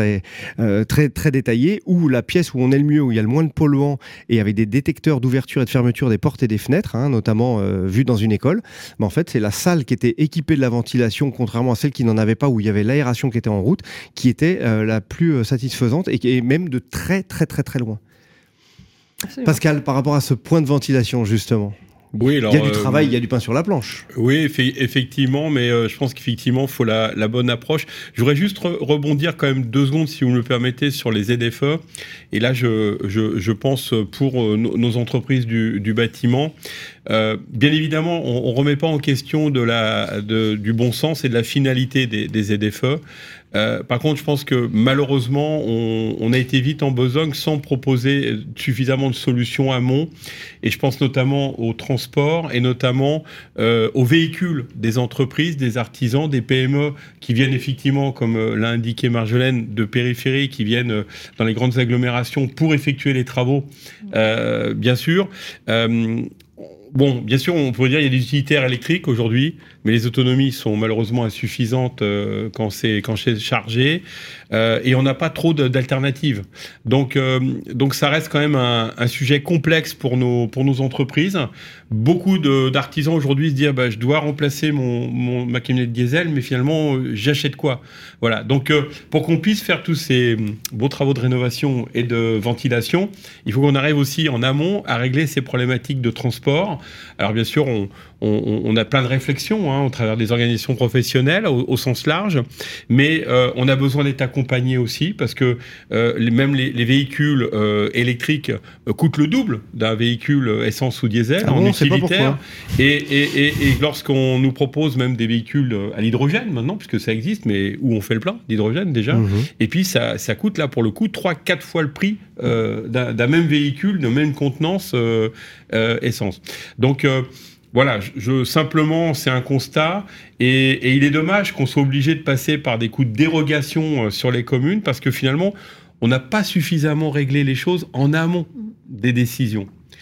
très détaillées où la pièce où on est le mieux, où il y a le moins de polluants et avec des détecteurs d'ouverture et de fermeture des portes et des fenêtres, notamment vu dans une école, mais en fait c'est la salle qui était équipée de la ventilation contrairement à celle qui n'en avait pas, où il y avait l'aération qui était en route, qui était la plus satisfaisante et même de très très très très loin. Absolument. Pascal, par rapport à ce point de ventilation justement, oui, alors, il y a du travail, il y a du pain sur la planche. Oui, effectivement, mais je pense qu'effectivement, il faut la bonne approche. Je voudrais juste rebondir quand même 2 secondes, si vous me le permettez, sur les ZFE. Et là, je pense pour nos entreprises du bâtiment. Bien évidemment, on ne remet pas en question du bon sens et de la finalité des ZFE. Par contre, je pense que malheureusement, on a été vite en besogne sans proposer suffisamment de solutions amont. Et je pense notamment au transport et notamment aux véhicules des entreprises, des artisans, des PME qui viennent effectivement, comme l'a indiqué Marjolaine, de périphérie, qui viennent dans les grandes agglomérations pour effectuer les travaux, bien sûr. Bon, bien sûr, on pourrait dire qu'il y a des utilitaires électriques aujourd'hui, mais les autonomies sont malheureusement insuffisantes quand c'est chargé, et on n'a pas trop d'alternatives. Donc ça reste quand même un sujet complexe pour nos entreprises. Beaucoup d'artisans aujourd'hui se disent je dois remplacer ma camionnette diesel, mais finalement j'achète quoi ? Voilà. Donc pour qu'on puisse faire tous ces beaux travaux de rénovation et de ventilation, il faut qu'on arrive aussi en amont à régler ces problématiques de transport. Alors bien sûr, on a plein de réflexions au travers des organisations professionnelles au sens large, mais on a besoin d'être accompagné aussi parce que même les véhicules électriques coûtent le double d'un véhicule essence ou diesel en utilitaire. Et lorsqu'on nous propose même des véhicules à l'hydrogène maintenant, puisque ça existe, mais où on fait le plein d'hydrogène déjà, et puis ça coûte là pour le coup 3-4 fois le prix d'un même véhicule, de même contenance essence. Donc voilà, simplement, c'est un constat et il est dommage qu'on soit obligé de passer par des coups de dérogation sur les communes parce que finalement, on n'a pas suffisamment réglé les choses en amont des décisions.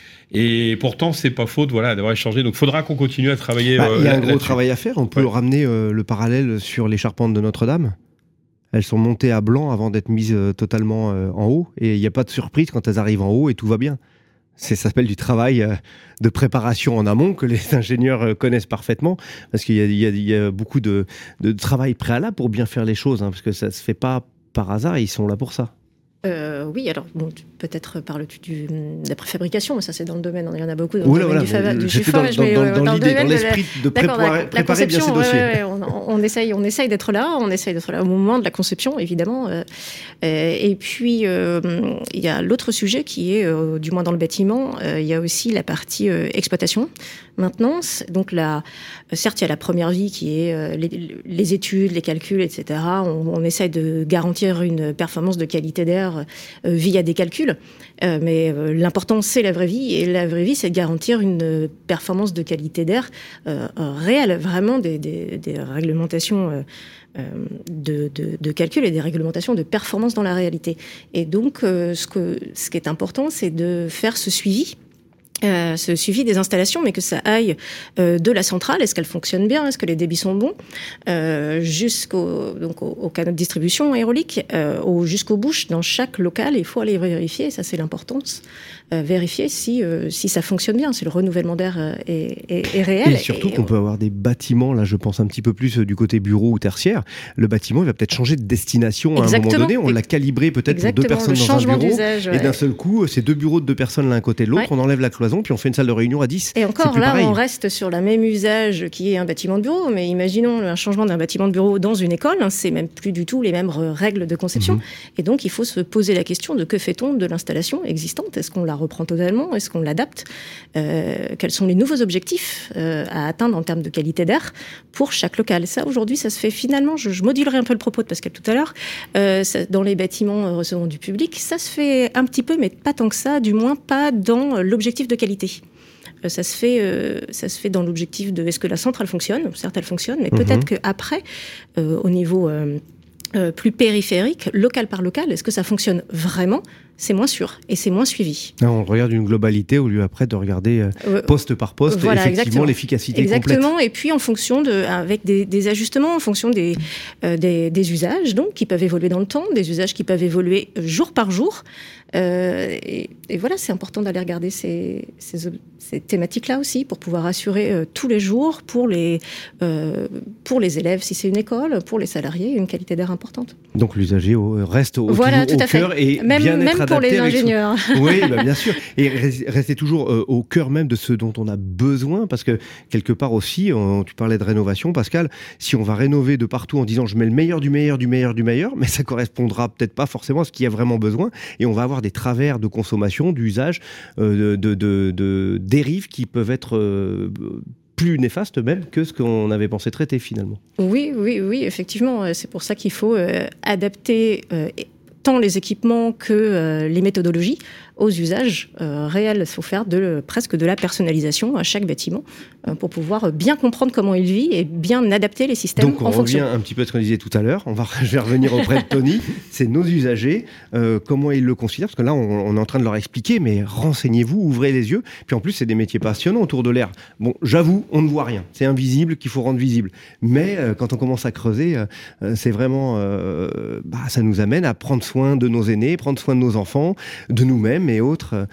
Et pourtant, c'est pas faute d'avoir échangé. Donc, il faudra qu'on continue à travailler. Il y a un gros travail à faire. On peut ramener le parallèle sur les charpentes de Notre-Dame. Elles sont montées à blanc avant d'être mises totalement en haut. Et il n'y a pas de surprise quand elles arrivent en haut et tout va bien. Ça s'appelle du travail de préparation en amont que les ingénieurs connaissent parfaitement parce qu'il y a beaucoup de travail préalable pour bien faire les choses parce que ça ne se fait pas par hasard et ils sont là pour ça. Oui, alors peut-être parles-tu de la préfabrication, mais ça c'est dans le domaine, il y en a beaucoup dans le domaine du chauffage, mais dans l'idée, dans l'esprit de préparer bien ces dossiers. On essaye d'être là au moment de la conception, évidemment. Et puis, il y a l'autre sujet qui est, du moins dans le bâtiment, il y a aussi la partie exploitation, maintenance. Donc certes, il y a la première vie qui est les études, les calculs, etc. On essaye de garantir une performance de qualité d'air via des calculs, mais l'important c'est la vraie vie, et la vraie vie c'est de garantir une performance de qualité d'air réelle, vraiment des réglementations de calcul et des réglementations de performance dans la réalité. Et donc ce qui est important, c'est de faire ce suivi ce suivi des installations, mais que ça aille de la centrale, est-ce qu'elle fonctionne bien, est-ce que les débits sont bons, jusqu'au canaux de distribution aérolique, jusqu'aux bouches dans chaque local. Il faut aller vérifier, ça c'est l'importance, vérifier si ça fonctionne bien, si le renouvellement d'air est réel. Et surtout qu'on peut avoir des bâtiments, là je pense un petit peu plus du côté bureau ou tertiaire, le bâtiment il va peut-être changer de destination à un moment donné, on l'a calibré peut-être pour 2 personnes dans un bureau, et d'un seul coup c'est 2 bureaux de 2 personnes l'un à côté de l'autre, on enlève la cloison, puis on fait une salle de réunion à 10. Et encore là, on reste sur la même usage qui est un bâtiment de bureau, mais imaginons un changement d'un bâtiment de bureau dans une école, c'est même plus du tout les mêmes règles de conception. Et donc, il faut se poser la question de que fait-on de l'installation existante ? Est-ce qu'on la reprend totalement ? Est-ce qu'on l'adapte ? Quels sont les nouveaux objectifs à atteindre en termes de qualité d'air pour chaque local ? Et ça, aujourd'hui, ça se fait finalement, je modulerai un peu le propos de Pascal tout à l'heure, dans les bâtiments recevant du public, ça se fait un petit peu, mais pas tant que ça, du moins pas dans l'objectif de qualité. Ça se fait dans l'objectif de est-ce que la centrale fonctionne ? Certes, elle fonctionne, mais peut-être qu'après, au niveau plus périphérique, local par local, est-ce que ça fonctionne vraiment ? C'est moins sûr et c'est moins suivi. On regarde une globalité au lieu après de regarder poste par poste, voilà, effectivement, exactement. L'efficacité exactement. complète. Et puis en fonction avec des ajustements en fonction des usages, donc qui peuvent évoluer dans le temps, des usages qui peuvent évoluer jour par jour. Et voilà, c'est important d'aller regarder ces thématiques-là aussi pour pouvoir assurer tous les jours pour les élèves, si c'est une école, pour les salariés, une qualité d'air importante. Donc l'usager reste au cœur et même bien être pour les ingénieurs. Oui, bien sûr. Et rester toujours au cœur même de ce dont on a besoin, parce que quelque part aussi, tu parlais de rénovation, Pascal, si on va rénover de partout en disant je mets le meilleur du meilleur du meilleur du meilleur, mais ça correspondra peut-être pas forcément à ce qu'il y a vraiment besoin, et on va avoir des travers de consommation, d'usage, de dérives qui peuvent être plus néfastes même que ce qu'on avait pensé traiter finalement. Oui, effectivement. C'est pour ça qu'il faut adapter tant les équipements que les méthodologies aux usages réels. Il faut faire presque de la personnalisation à chaque bâtiment pour pouvoir bien comprendre comment il vit et bien adapter les systèmes en fonction. Donc on revient un petit peu à ce qu'on disait tout à l'heure. Je vais revenir auprès de Tony. C'est nos usagers, comment ils le considèrent, parce que là on est en train de leur expliquer, mais renseignez-vous, ouvrez les yeux. Puis en plus c'est des métiers passionnants autour de l'air. Bon, j'avoue, on ne voit rien. C'est invisible qu'il faut rendre visible. Mais quand on commence à creuser, c'est vraiment... ça nous amène à prendre soin de nos aînés, prendre soin de nos enfants, de nous-mêmes et autres.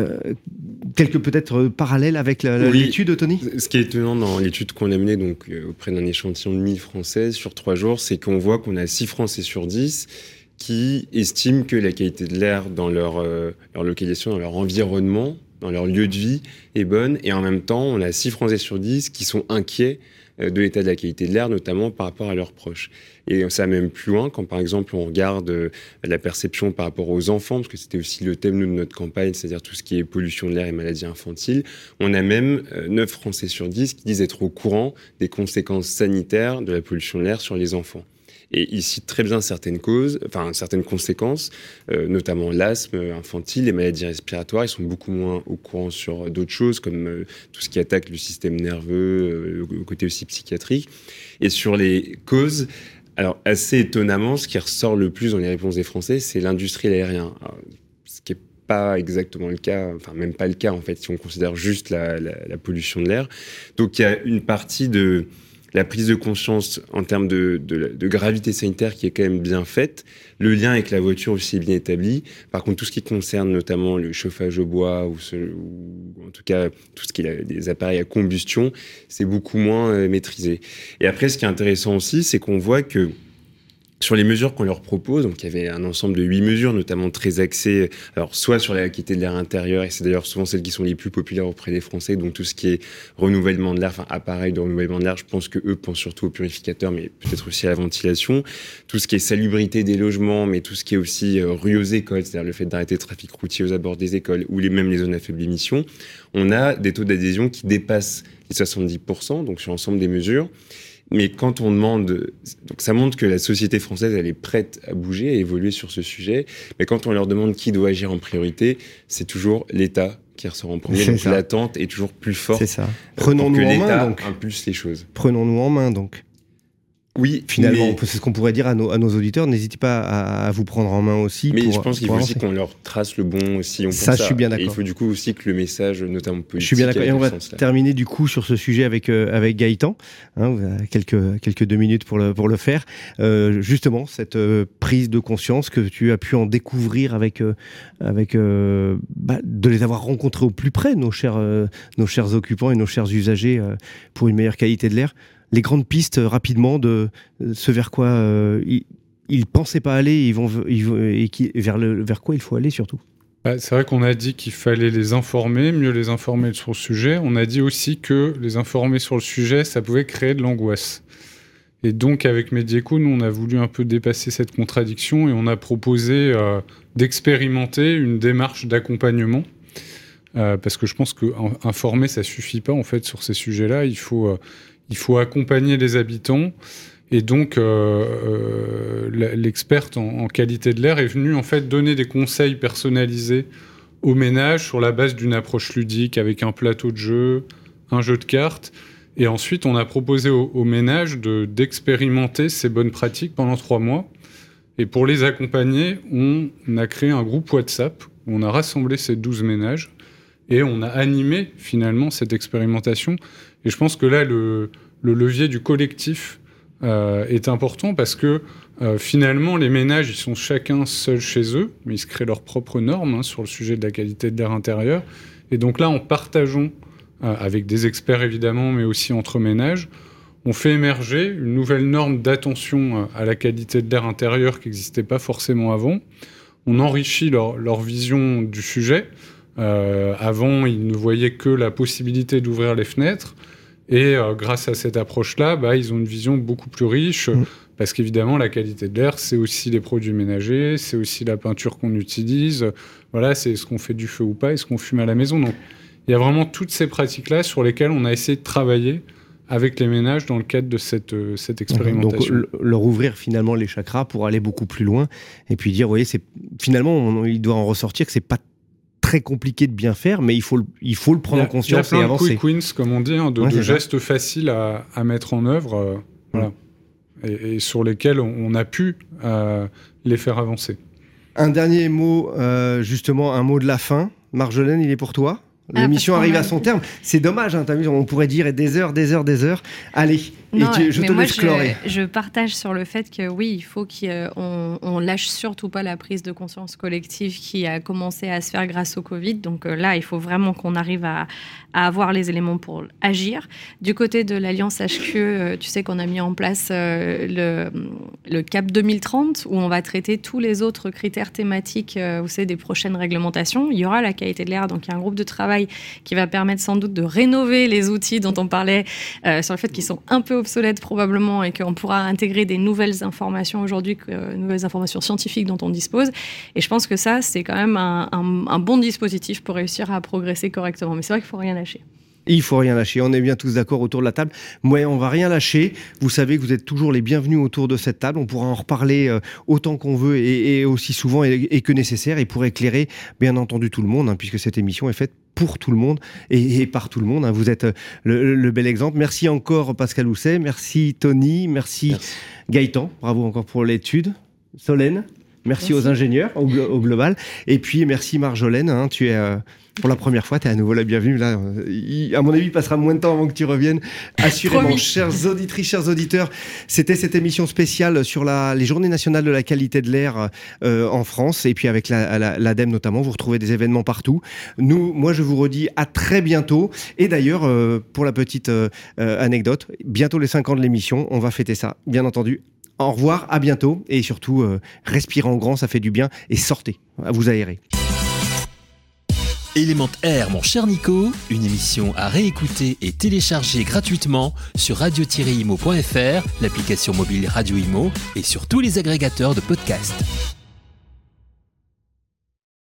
Quelques peut-être parallèles avec l'étude, Tony ? Ce qui est étonnant dans l'étude qu'on a menée auprès d'un échantillon de 1000 Français sur 3 jours, c'est qu'on voit qu'on a 6 Français sur 10 qui estiment que la qualité de l'air dans leur localisation, dans leur environnement, dans leur lieu de vie est bonne. Et en même temps, on a 6 Français sur 10 qui sont inquiets de l'état de la qualité de l'air, notamment par rapport à leurs proches. Et ça va même plus loin, quand par exemple on regarde la perception par rapport aux enfants, parce que c'était aussi le thème de notre campagne, c'est-à-dire tout ce qui est pollution de l'air et maladies infantiles, on a même 9 Français sur 10 qui disent être au courant des conséquences sanitaires de la pollution de l'air sur les enfants. Et il cite très bien certaines conséquences, notamment l'asthme infantile, les maladies respiratoires. Ils sont beaucoup moins au courant sur d'autres choses, comme tout ce qui attaque le système nerveux, le côté aussi psychiatrique. Et sur les causes, alors assez étonnamment, ce qui ressort le plus dans les réponses des Français, c'est l'industrie aérienne. Ce qui est pas exactement le cas, enfin même pas le cas en fait, si on considère juste la pollution de l'air. Donc il y a une partie de la prise de conscience en termes de gravité sanitaire qui est quand même bien faite. Le lien avec la voiture aussi est bien établi. Par contre, tout ce qui concerne notamment le chauffage au bois ou en tout cas tout ce qui est des appareils à combustion, c'est beaucoup moins maîtrisé. Et après, ce qui est intéressant aussi, c'est qu'on voit que sur les mesures qu'on leur propose, donc il y avait un ensemble de 8 mesures, notamment très axées, alors soit sur la qualité de l'air intérieur, et c'est d'ailleurs souvent celles qui sont les plus populaires auprès des Français, donc tout ce qui est renouvellement de l'air, enfin appareil de renouvellement de l'air, je pense que eux pensent surtout aux purificateurs, mais peut-être aussi à la ventilation, tout ce qui est salubrité des logements, mais tout ce qui est aussi rue aux écoles, c'est-à-dire le fait d'arrêter le trafic routier aux abords des écoles, ou même les zones à faible émission, on a des taux d'adhésion qui dépassent les 70%, donc sur l'ensemble des mesures. Mais quand on demande, donc ça montre que la société française, elle est prête à bouger, à évoluer sur ce sujet. Mais quand on leur demande qui doit agir en priorité, c'est toujours l'État qui ressort en premier. Donc l'attente est toujours plus forte. C'est ça. Prenons-nous en main, donc. Impulse les choses. Prenons-nous en main, donc. Oui, finalement, c'est ce qu'on pourrait dire à nos auditeurs. N'hésitez pas à vous prendre en main aussi. Mais je pense qu'il faut aussi qu'on leur trace le bon sillon. Ça, je suis bien d'accord. Et il faut du coup aussi que le message, notamment politique, je suis bien d'accord. Et on va terminer du coup sur ce sujet avec Gaëtan. Vous avez quelques 2 minutes pour le faire. Justement, cette prise de conscience que tu as pu en découvrir avec de les avoir rencontrés au plus près, nos chers occupants et nos chers usagers pour une meilleure qualité de l'air. Les grandes pistes rapidement de ce vers quoi ils pensaient pas aller, vers quoi il faut aller surtout. C'est vrai qu'on a dit qu'il fallait les informer, mieux les informer sur le sujet. On a dit aussi que les informer sur le sujet, ça pouvait créer de l'angoisse. Et donc avec Mediaeco, nous on a voulu un peu dépasser cette contradiction et on a proposé d'expérimenter une démarche d'accompagnement. Parce que je pense qu'informer, ça suffit pas en fait sur ces sujets-là. Il faut accompagner les habitants. Et donc, l'experte en qualité de l'air est venue en fait donner des conseils personnalisés aux ménages sur la base d'une approche ludique avec un plateau de jeu, un jeu de cartes. Et ensuite, on a proposé aux ménages d'expérimenter ces bonnes pratiques pendant 3 mois. Et pour les accompagner, on a créé un groupe WhatsApp où on a rassemblé ces 12 ménages. Et on a animé finalement cette expérimentation. Et je pense que là, le levier du collectif est important parce que finalement, les ménages, ils sont chacun seuls chez eux, mais ils se créent leurs propres normes sur le sujet de la qualité de l'air intérieur. Et donc là, en partageant avec des experts évidemment, mais aussi entre ménages, on fait émerger une nouvelle norme d'attention à la qualité de l'air intérieur qui n'existait pas forcément avant. On enrichit leur vision du sujet. Avant, ils ne voyaient que la possibilité d'ouvrir les fenêtres. Et grâce à cette approche-là, ils ont une vision beaucoup plus riche. Parce qu'évidemment, la qualité de l'air, c'est aussi les produits ménagers, c'est aussi la peinture qu'on utilise. Voilà, c'est est-ce qu'on fait du feu ou pas, est-ce qu'on fume à la maison. Donc, il y a vraiment toutes ces pratiques-là sur lesquelles on a essayé de travailler avec les ménages dans le cadre de cette expérimentation. Donc leur ouvrir finalement les chakras pour aller beaucoup plus loin. Et puis dire, vous voyez, finalement, il doit en ressortir que c'est pas très compliqué de bien faire, mais il faut le prendre en conscience et avancer. Il y a plein de quick wins, comme on dit, de gestes faciles à mettre en œuvre, voilà. Et sur lesquels on a pu les faire avancer. Un dernier mot, justement, un mot de la fin. Marjolaine, il est pour toi. L'émission arrive à son terme. C'est dommage, t'as vu, on pourrait dire des heures. Allez, non, je te laisse clorer. Je partage sur le fait que oui, il faut qu'on lâche surtout pas la prise de conscience collective qui a commencé à se faire grâce au Covid. Donc là, il faut vraiment qu'on arrive à avoir les éléments pour agir. Du côté de l'Alliance HQE, tu sais qu'on a mis en place le CAP 2030 où on va traiter tous les autres critères thématiques des prochaines réglementations. Il y aura la qualité de l'air, donc il y a un groupe de travail qui va permettre sans doute de rénover les outils dont on parlait sur le fait qu'ils sont un peu obsolètes probablement et qu'on pourra intégrer des nouvelles informations aujourd'hui, nouvelles informations scientifiques dont on dispose. Et je pense que ça, c'est quand même un bon dispositif pour réussir à progresser correctement. Mais c'est vrai qu'il ne faut rien lâcher. Il faut rien lâcher, on est bien tous d'accord autour de la table. Ouais, on va rien lâcher. Vous savez que vous êtes toujours les bienvenus autour de cette table. On pourra en reparler autant qu'on veut et aussi souvent et que nécessaire et pour éclairer bien entendu tout le monde, puisque cette émission est faite pour tout le monde et par tout le monde. Vous êtes le bel exemple. Merci encore Pascal Housset, merci Tony, merci Gaëtan, bravo encore pour l'étude. Solène, merci aux ingénieurs au global. Et puis merci Marjolaine, tu es... Pour la première fois, tu es à nouveau la bienvenue. Là, à mon avis, il passera moins de temps avant que tu reviennes. Assurément, chères auditrices, chers auditeurs, c'était cette émission spéciale sur les Journées nationales de la qualité de l'air en France. Et puis avec l'ADEME notamment, vous retrouvez des événements partout. Moi, je vous redis à très bientôt. Et d'ailleurs, pour la petite anecdote, bientôt les 5 ans de l'émission, on va fêter ça, bien entendu. Au revoir, à bientôt. Et surtout, respirez en grand, ça fait du bien. Et sortez, à vous aérer. Élément Air, mon cher Nico, une émission à réécouter et télécharger gratuitement sur radio-imo.fr, l'application mobile Radio Imo et sur tous les agrégateurs de podcasts.